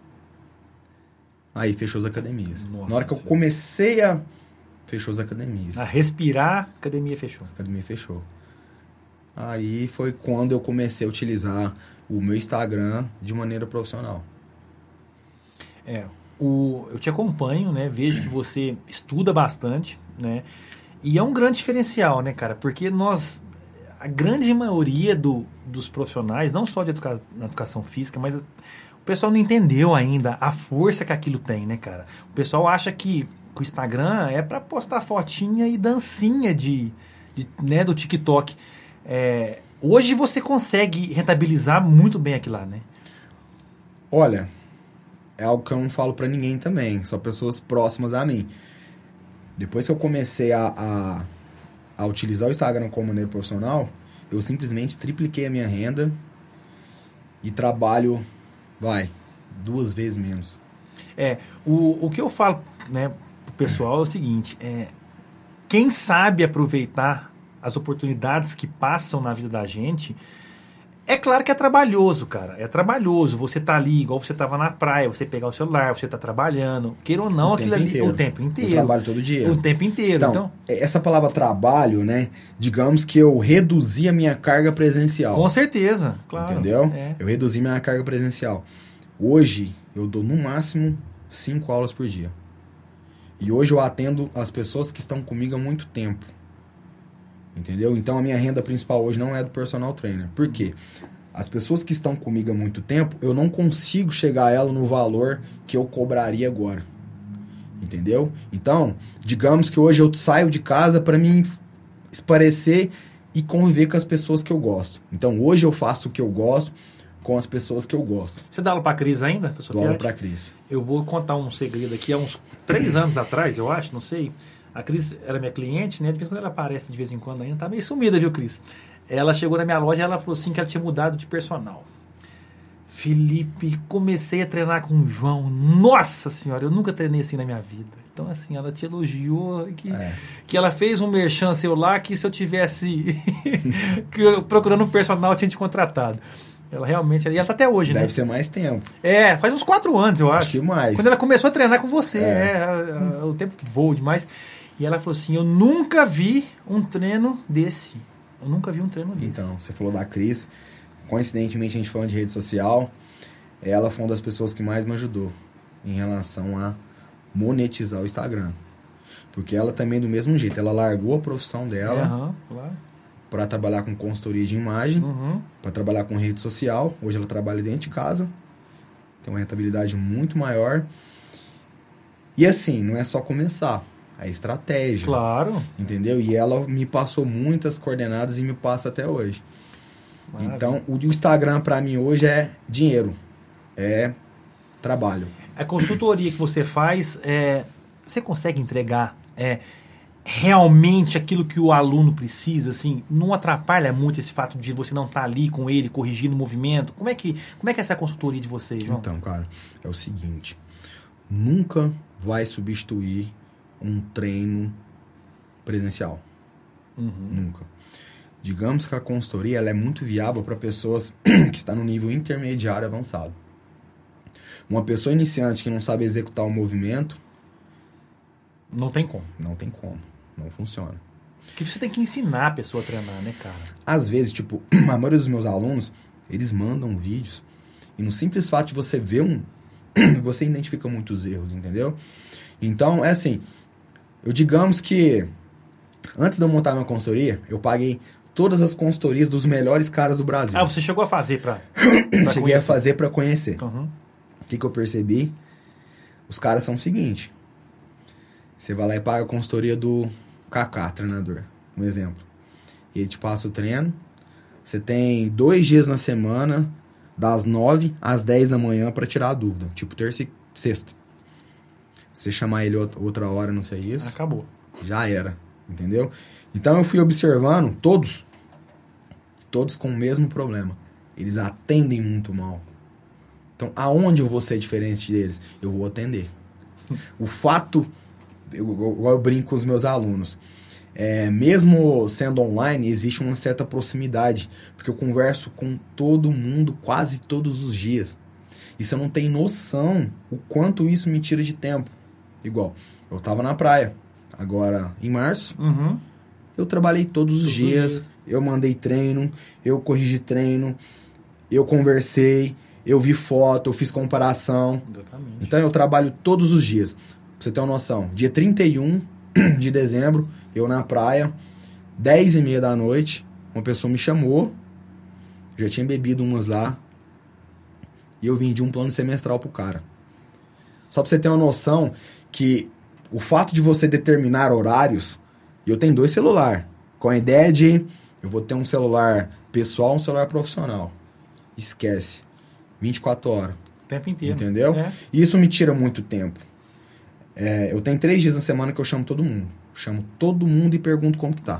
S2: Aí fechou as academias.
S1: Nossa
S2: Na hora que eu
S1: Senhora.
S2: comecei a... Fechou as academias.
S1: A respirar, a academia fechou.
S2: A academia fechou. Aí foi quando eu comecei a utilizar o meu Instagram de maneira profissional.
S1: Eu te acompanho, né? Vejo que você estuda bastante, né? E é um grande diferencial, né, cara? Porque a grande maioria dos profissionais, não só na educação física, mas o pessoal não entendeu ainda a força que aquilo tem, né, cara? O pessoal acha que o Instagram é para postar fotinha e dancinha né, do TikTok. Hoje você consegue rentabilizar muito bem aquilo lá, né?
S2: Olha, é algo que eu não falo pra ninguém também, só pessoas próximas a mim. Depois que eu comecei a utilizar o Instagram como maneira profissional, eu simplesmente tripliquei a minha renda e trabalho, 2 vezes menos.
S1: O que eu falo, né, pro pessoal é o seguinte, quem sabe aproveitar as oportunidades que passam na vida da gente, é claro que é trabalhoso, cara. É trabalhoso. Você tá ali, igual você tava na praia, você pegar o celular, você tá trabalhando. Queira ou não, aquilo ali o tempo inteiro.
S2: Eu trabalho todo dia.
S1: O tempo inteiro. Então,
S2: essa palavra trabalho, né? Digamos que eu reduzi a minha carga presencial.
S1: Com certeza, claro.
S2: Entendeu? Eu reduzi minha carga presencial. Hoje, eu dou no máximo 5 aulas por dia. E hoje eu atendo as pessoas que estão comigo há muito tempo. Entendeu? Então a minha renda principal hoje não é do personal trainer. Por quê? As pessoas que estão comigo há muito tempo, eu não consigo chegar a ela no valor que eu cobraria agora. Entendeu? Então, digamos que hoje eu saio de casa para me esparecer e conviver com as pessoas que eu gosto. Então hoje eu faço o que eu gosto com as pessoas que eu gosto.
S1: Você dá aula pra Cris ainda?
S2: Dou aula pra Cris.
S1: Eu vou contar um segredo aqui. Há uns 3 anos atrás, eu acho, não sei... A Cris era minha cliente, né? De vez em quando ela aparece, de vez em quando ainda. Tá meio sumida, viu, Cris? Ela chegou na minha loja e ela falou assim que ela tinha mudado de personal. Felipe, comecei a treinar com o João. Nossa Senhora, eu nunca treinei assim na minha vida. Então, assim, ela te elogiou que ela fez um merchan seu lá que se eu tivesse procurando um personal, eu tinha te contratado. Ela realmente... E ela tá até hoje, né?
S2: Deve ser mais tempo.
S1: Faz uns 4 anos, eu acho.
S2: Acho que mais.
S1: Quando ela começou a treinar com você. O tempo voa demais. E ela falou assim, eu nunca vi um treino desse. Eu nunca vi um treino desse.
S2: Então, você falou da Cris. Coincidentemente, a gente falando de rede social. Ela foi uma das pessoas que mais me ajudou em relação a monetizar o Instagram. Porque ela também, do mesmo jeito, ela largou a profissão dela
S1: claro.
S2: para trabalhar com consultoria de imagem, para trabalhar com rede social. Hoje ela trabalha dentro de casa. Tem uma rentabilidade muito maior. E assim, não é só começar. É estratégia.
S1: Claro.
S2: Entendeu? E ela me passou muitas coordenadas e me passa até hoje. Maravilha. Então, o Instagram para mim hoje é dinheiro. É trabalho.
S1: A consultoria que você faz, você consegue entregar realmente aquilo que o aluno precisa? Assim, não atrapalha muito esse fato de você não estar ali com ele, corrigindo o movimento? Como é que é essa consultoria de vocês, João?
S2: Então, cara, é o seguinte. Nunca vai substituir um treino presencial. Nunca. Digamos que a consultoria ela é muito viável para pessoas que estão no nível intermediário avançado. Uma pessoa iniciante que não sabe executar o movimento...
S1: Não tem como.
S2: Não tem como. Não funciona.
S1: Porque você tem que ensinar a pessoa a treinar, né, cara?
S2: Às vezes, tipo, a maioria dos meus alunos, eles mandam vídeos e no simples fato de você ver você identifica muitos erros, entendeu? Então, é assim... digamos que antes de eu montar minha consultoria, eu paguei todas as consultorias dos melhores caras do Brasil.
S1: Você chegou a fazer pra
S2: Cheguei
S1: conhecer.
S2: a fazer pra conhecer.
S1: Uhum.
S2: O que eu percebi? Os caras são o seguinte. Você vai lá e paga a consultoria do Kaká, treinador. Um exemplo. Ele te passa o treino. Você tem 2 dias na semana, das 9 às 10 da manhã pra tirar a dúvida. Tipo terça e sexta. Se você chamar ele outra hora, não sei isso.
S1: Acabou.
S2: Já era, entendeu? Então eu fui observando todos com o mesmo problema. Eles atendem muito mal. Então, aonde eu vou ser diferente deles? Eu vou atender. O fato, eu brinco com os meus alunos, Mesmo sendo online, existe uma certa proximidade, porque eu converso com todo mundo quase todos os dias. E você não tem noção o quanto isso me tira de tempo. Igual, eu tava na praia, agora em março, eu trabalhei todos os dias, eu mandei treino, eu corrigi treino, eu conversei, eu vi foto, eu fiz comparação.
S1: Exatamente.
S2: Então eu trabalho todos os dias. Pra você ter uma noção, dia 31 de dezembro, eu na praia, 10h30 da noite, uma pessoa me chamou, já tinha bebido umas lá, e eu vendi um plano semestral pro cara. Só pra você ter uma noção que o fato de você determinar horários, e eu tenho 2 celulares, com a ideia de eu vou ter um celular pessoal e um celular profissional. Esquece. 24 horas.
S1: O tempo inteiro.
S2: Entendeu? E isso me tira muito tempo. Eu tenho 3 dias na semana que eu chamo todo mundo. Chamo todo mundo e pergunto como que tá.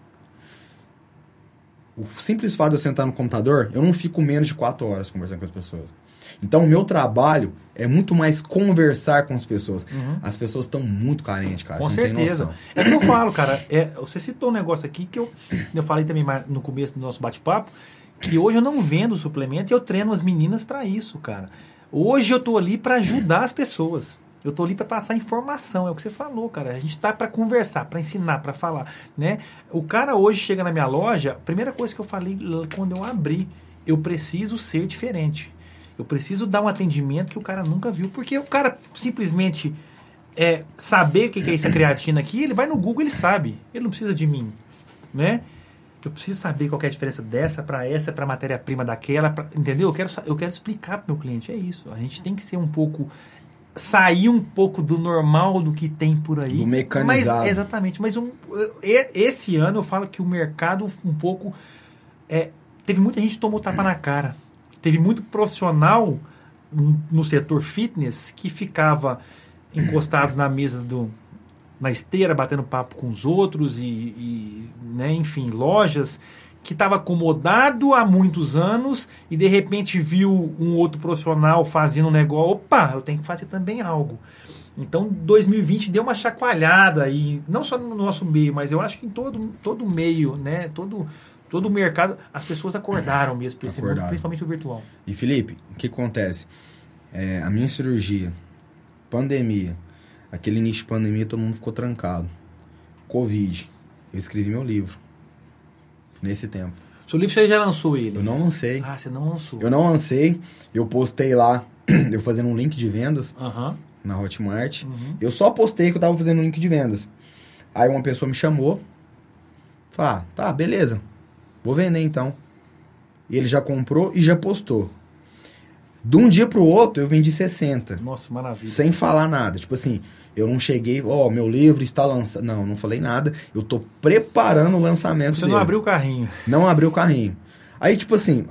S2: O simples fato de eu sentar no computador, eu não fico menos de 4 horas conversando com as pessoas. Então, o meu trabalho é muito mais conversar com as pessoas. As pessoas estão muito carentes, cara.
S1: Com certeza. É o que eu falo, cara. Você citou um negócio aqui que eu falei também no começo do nosso bate-papo, que hoje eu não vendo suplemento e eu treino as meninas para isso, cara. Hoje eu tô ali para ajudar as pessoas. Eu tô ali para passar informação, é o que você falou, cara. A gente tá para conversar, para ensinar, para falar, né? O cara hoje chega na minha loja, a primeira coisa que eu falei quando eu abri, eu preciso ser diferente. Eu preciso dar um atendimento que o cara nunca viu, porque o cara simplesmente saber o que é essa creatina aqui, ele vai no Google, ele sabe. Ele não precisa de mim, né? Eu preciso saber qual que é a diferença dessa para essa, para a matéria-prima daquela, entendeu? Eu quero explicar para o meu cliente, é isso. A gente tem que ser sair um pouco do normal do que tem por aí.
S2: Do mecanizado.
S1: Exatamente. Mas esse ano eu falo que o mercado um pouco... teve muita gente que tomou tapa na cara. Teve muito profissional no setor fitness que ficava encostado na mesa na esteira, batendo papo com os outros né, enfim, lojas que estava acomodado há muitos anos e de repente viu um outro profissional fazendo um negócio, opa, eu tenho que fazer também algo. Então 2020 deu uma chacoalhada aí, não só no nosso meio, mas eu acho que em todo meio, né, todo o mercado, as pessoas acordaram mesmo para esse mundo, principalmente o virtual.
S2: E Felipe, o que acontece? A minha cirurgia, pandemia, aquele início de pandemia, todo mundo ficou trancado. Covid, eu escrevi meu livro nesse tempo.
S1: Seu livro você já lançou ele?
S2: Eu não lancei.
S1: Ah, você não lançou.
S2: Eu não lancei, eu postei lá, eu fazendo um link de vendas na Hotmart. Eu só postei que eu tava fazendo um link de vendas. Aí uma pessoa me chamou, falou, tá, beleza, vou vender então. E ele já comprou e já postou. De um dia pro outro, eu vendi 60.
S1: Nossa, maravilha.
S2: Sem falar nada. Tipo assim, eu não cheguei, meu livro está lançado. Não falei nada. Eu tô preparando o lançamento dele.
S1: Você não abriu o carrinho.
S2: Não abriu o carrinho. Aí, tipo assim,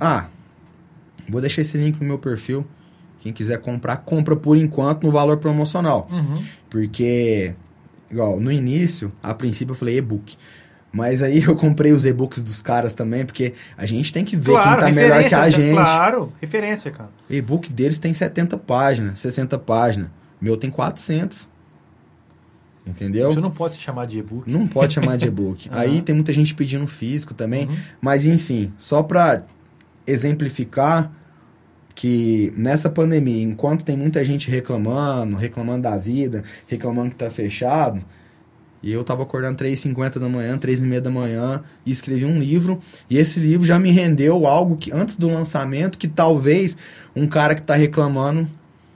S2: vou deixar esse link no meu perfil. Quem quiser comprar, compra por enquanto no valor promocional. Porque, igual, no início, a princípio eu falei e-book. Mas aí eu comprei os e-books dos caras também, porque a gente tem que ver quem tá melhor que a gente.
S1: Claro, referência, cara.
S2: O e-book deles tem 70 páginas, 60 páginas. O meu tem 400. Entendeu?
S1: Você não pode se chamar de e-book.
S2: Não pode chamar de e-book. Aí tem muita gente pedindo físico também. Mas enfim, só pra exemplificar que nessa pandemia, enquanto tem muita gente reclamando da vida, reclamando que tá fechado... E eu tava acordando 3h50 da manhã, 3h30 da manhã, e escrevi um livro. E esse livro já me rendeu algo que, antes do lançamento, que talvez um cara que tá reclamando...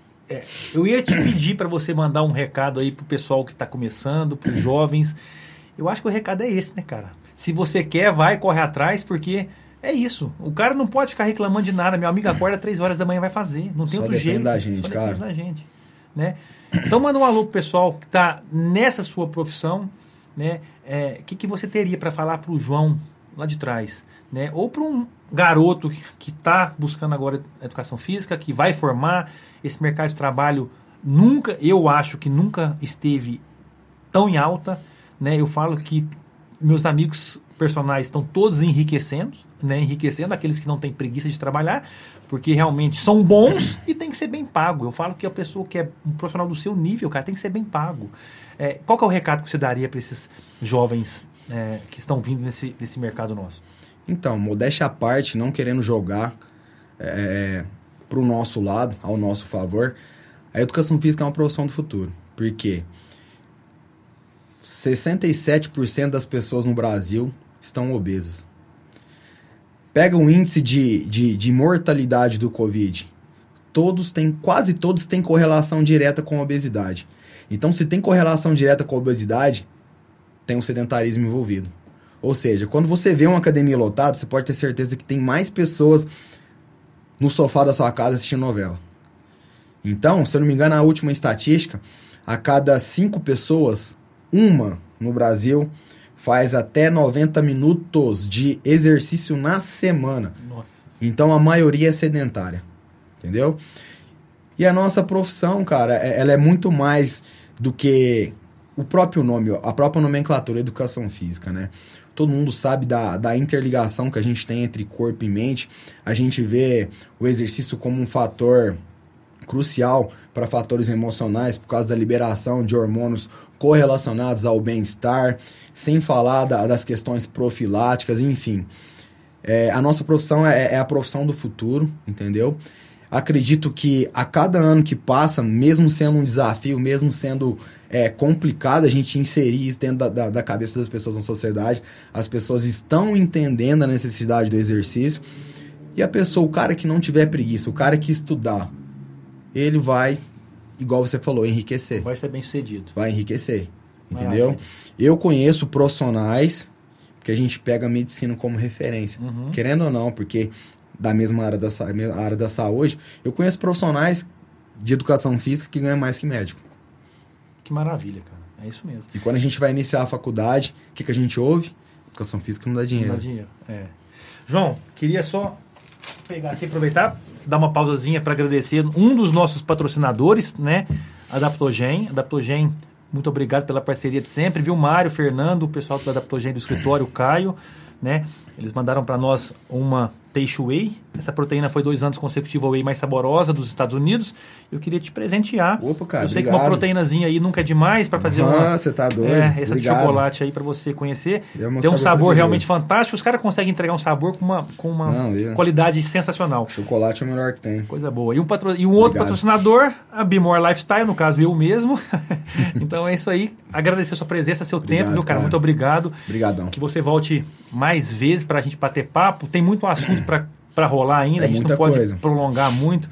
S1: Eu ia te pedir para você mandar um recado aí pro pessoal que tá começando, pros jovens. Eu acho que o recado é esse, né, cara? Se você quer, vai, corre atrás, porque é isso. O cara não pode ficar reclamando de nada. Meu amigo acorda 3 horas da manhã e vai fazer. Não tem outro jeito.
S2: Só depende da gente, cara.
S1: Só depende da gente, né? Então manda um alô pro pessoal que está nessa sua profissão, né? Que você teria para falar para o João lá de trás, né? Ou para um garoto que está buscando agora educação física, que vai formar. Esse mercado de trabalho eu acho que nunca esteve tão em alta, né? Eu falo que meus amigos personagens estão todos enriquecendo, né? Enriquecendo aqueles que não têm preguiça de trabalhar, porque realmente são bons e tem que ser bem pago. Eu falo que a pessoa que é um profissional do seu nível, cara, tem que ser bem pago. Qual que é o recado que você daria para esses jovens que estão vindo nesse mercado nosso?
S2: Então, modéstia à parte, não querendo jogar para o nosso lado, ao nosso favor, a educação física é uma profissão do futuro. Por quê? 67% das pessoas no Brasil estão obesas. Pega o índice de mortalidade do Covid. Quase todos têm correlação direta com a obesidade. Então, se tem correlação direta com a obesidade, tem um sedentarismo envolvido. Ou seja, quando você vê uma academia lotada, você pode ter certeza que tem mais pessoas no sofá da sua casa assistindo novela. Então, se eu não me engano, a última estatística, a cada 5 pessoas, uma no Brasil faz até 90 minutos de exercício na semana.
S1: Nossa.
S2: Então, a maioria é sedentária. Entendeu? E a nossa profissão, cara, ela é muito mais do que o próprio nome, a própria nomenclatura, educação física, né? Todo mundo sabe da interligação que a gente tem entre corpo e mente. A gente vê o exercício como um fator crucial para fatores emocionais, por causa da liberação de hormônios correlacionados ao bem-estar, sem falar das questões profiláticas, enfim. A nossa profissão é a profissão do futuro, entendeu? Acredito que a cada ano que passa, mesmo sendo um desafio, mesmo sendo complicado a gente inserir isso dentro da cabeça das pessoas na sociedade, as pessoas estão entendendo a necessidade do exercício, e o cara que não tiver preguiça, o cara que estudar, ele vai, igual você falou, enriquecer.
S1: Vai ser bem sucedido.
S2: Vai enriquecer, entendeu? Eu conheço profissionais, porque a gente pega a medicina como referência, querendo ou não, porque da mesma área da saúde, eu conheço profissionais de educação física que ganham mais que médico.
S1: Que maravilha, cara. É isso mesmo.
S2: E quando a gente vai iniciar a faculdade, o que a gente ouve? Educação física não dá dinheiro.
S1: Não dá dinheiro, João, queria só pegar aqui, aproveitar, dar uma pausazinha para agradecer um dos nossos patrocinadores, né? Adaptogen. Adaptogen, muito obrigado pela parceria de sempre, viu? Mário, Fernando, o pessoal da Adaptogen do escritório, o Caio, né? Eles mandaram para nós uma Teixe Whey. Essa proteína foi 2 anos consecutivos a whey mais saborosa dos Estados Unidos. Eu queria te presentear.
S2: Opa, cara,
S1: eu sei
S2: obrigado.
S1: Que uma proteínazinha aí nunca é demais para fazer
S2: você tá doido.
S1: Essa de chocolate aí para você conhecer.
S2: Tem
S1: um sabor realmente fantástico. Os caras conseguem entregar um sabor com uma qualidade sensacional.
S2: Chocolate é o melhor que tem.
S1: Coisa boa. E um outro patrocinador, a Be More Lifestyle, no caso eu mesmo. Então é isso aí. Agradecer a sua presença, seu tempo, meu cara. Muito obrigado.
S2: Obrigadão.
S1: Que você volte mais vezes para a gente bater papo. Tem muito assunto para rolar ainda. A gente não pode prolongar muito.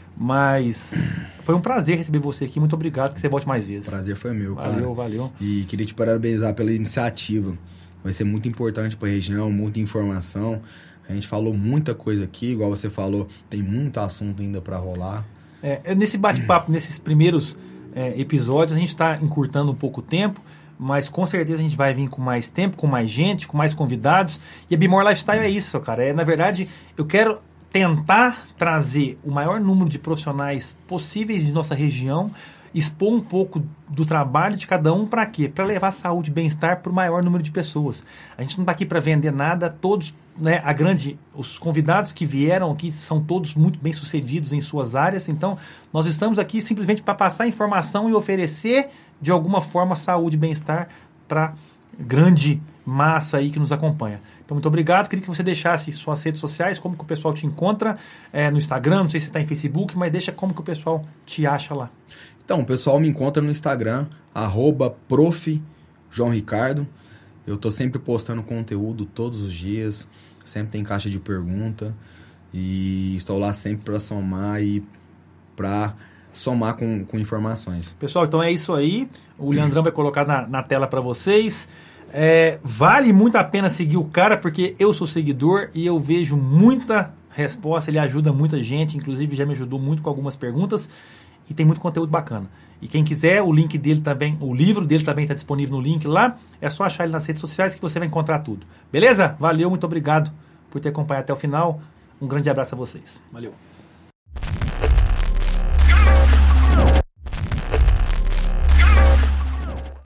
S1: Mas foi um prazer receber você aqui. Muito obrigado, que você volte mais vezes.
S2: Prazer foi meu, cara.
S1: Valeu.
S2: E queria te parabenizar pela iniciativa. Vai ser muito importante para a região, muita informação. A gente falou muita coisa aqui, igual você falou, tem muito assunto ainda para rolar.
S1: Nesse bate-papo, nesses primeiros episódios, a gente está encurtando um pouco o tempo, mas com certeza a gente vai vir com mais tempo, com mais gente, com mais convidados. E a Be More Lifestyle é isso, cara. Na verdade, eu quero tentar trazer o maior número de profissionais possíveis de nossa região, expor um pouco do trabalho de cada um, para quê? Para levar saúde e bem-estar para o maior número de pessoas. A gente não está aqui para vender nada, todos, né, os convidados que vieram aqui são todos muito bem-sucedidos em suas áreas, então nós estamos aqui simplesmente para passar informação e oferecer, de alguma forma, saúde e bem-estar para grande massa aí que nos acompanha. Então, muito obrigado. Queria que você deixasse suas redes sociais, como que o pessoal te encontra no Instagram, não sei se você está em Facebook, mas deixa como que o pessoal te acha lá.
S2: Então, o pessoal me encontra no Instagram, @prof. João Ricardo. Eu tô sempre postando conteúdo todos os dias, sempre tem caixa de pergunta, e estou lá sempre para somar e para somar com informações.
S1: Pessoal, então é isso aí. O Leandrão vai colocar na tela para vocês. Vale muito a pena seguir o cara, porque eu sou seguidor e eu vejo muita resposta, ele ajuda muita gente, inclusive já me ajudou muito com algumas perguntas. E tem muito conteúdo bacana. E quem quiser, o link dele também, o livro dele também está disponível no link lá. É só achar ele nas redes sociais que você vai encontrar tudo. Beleza? Valeu, muito obrigado por ter acompanhado até o final. Um grande abraço a vocês. Valeu.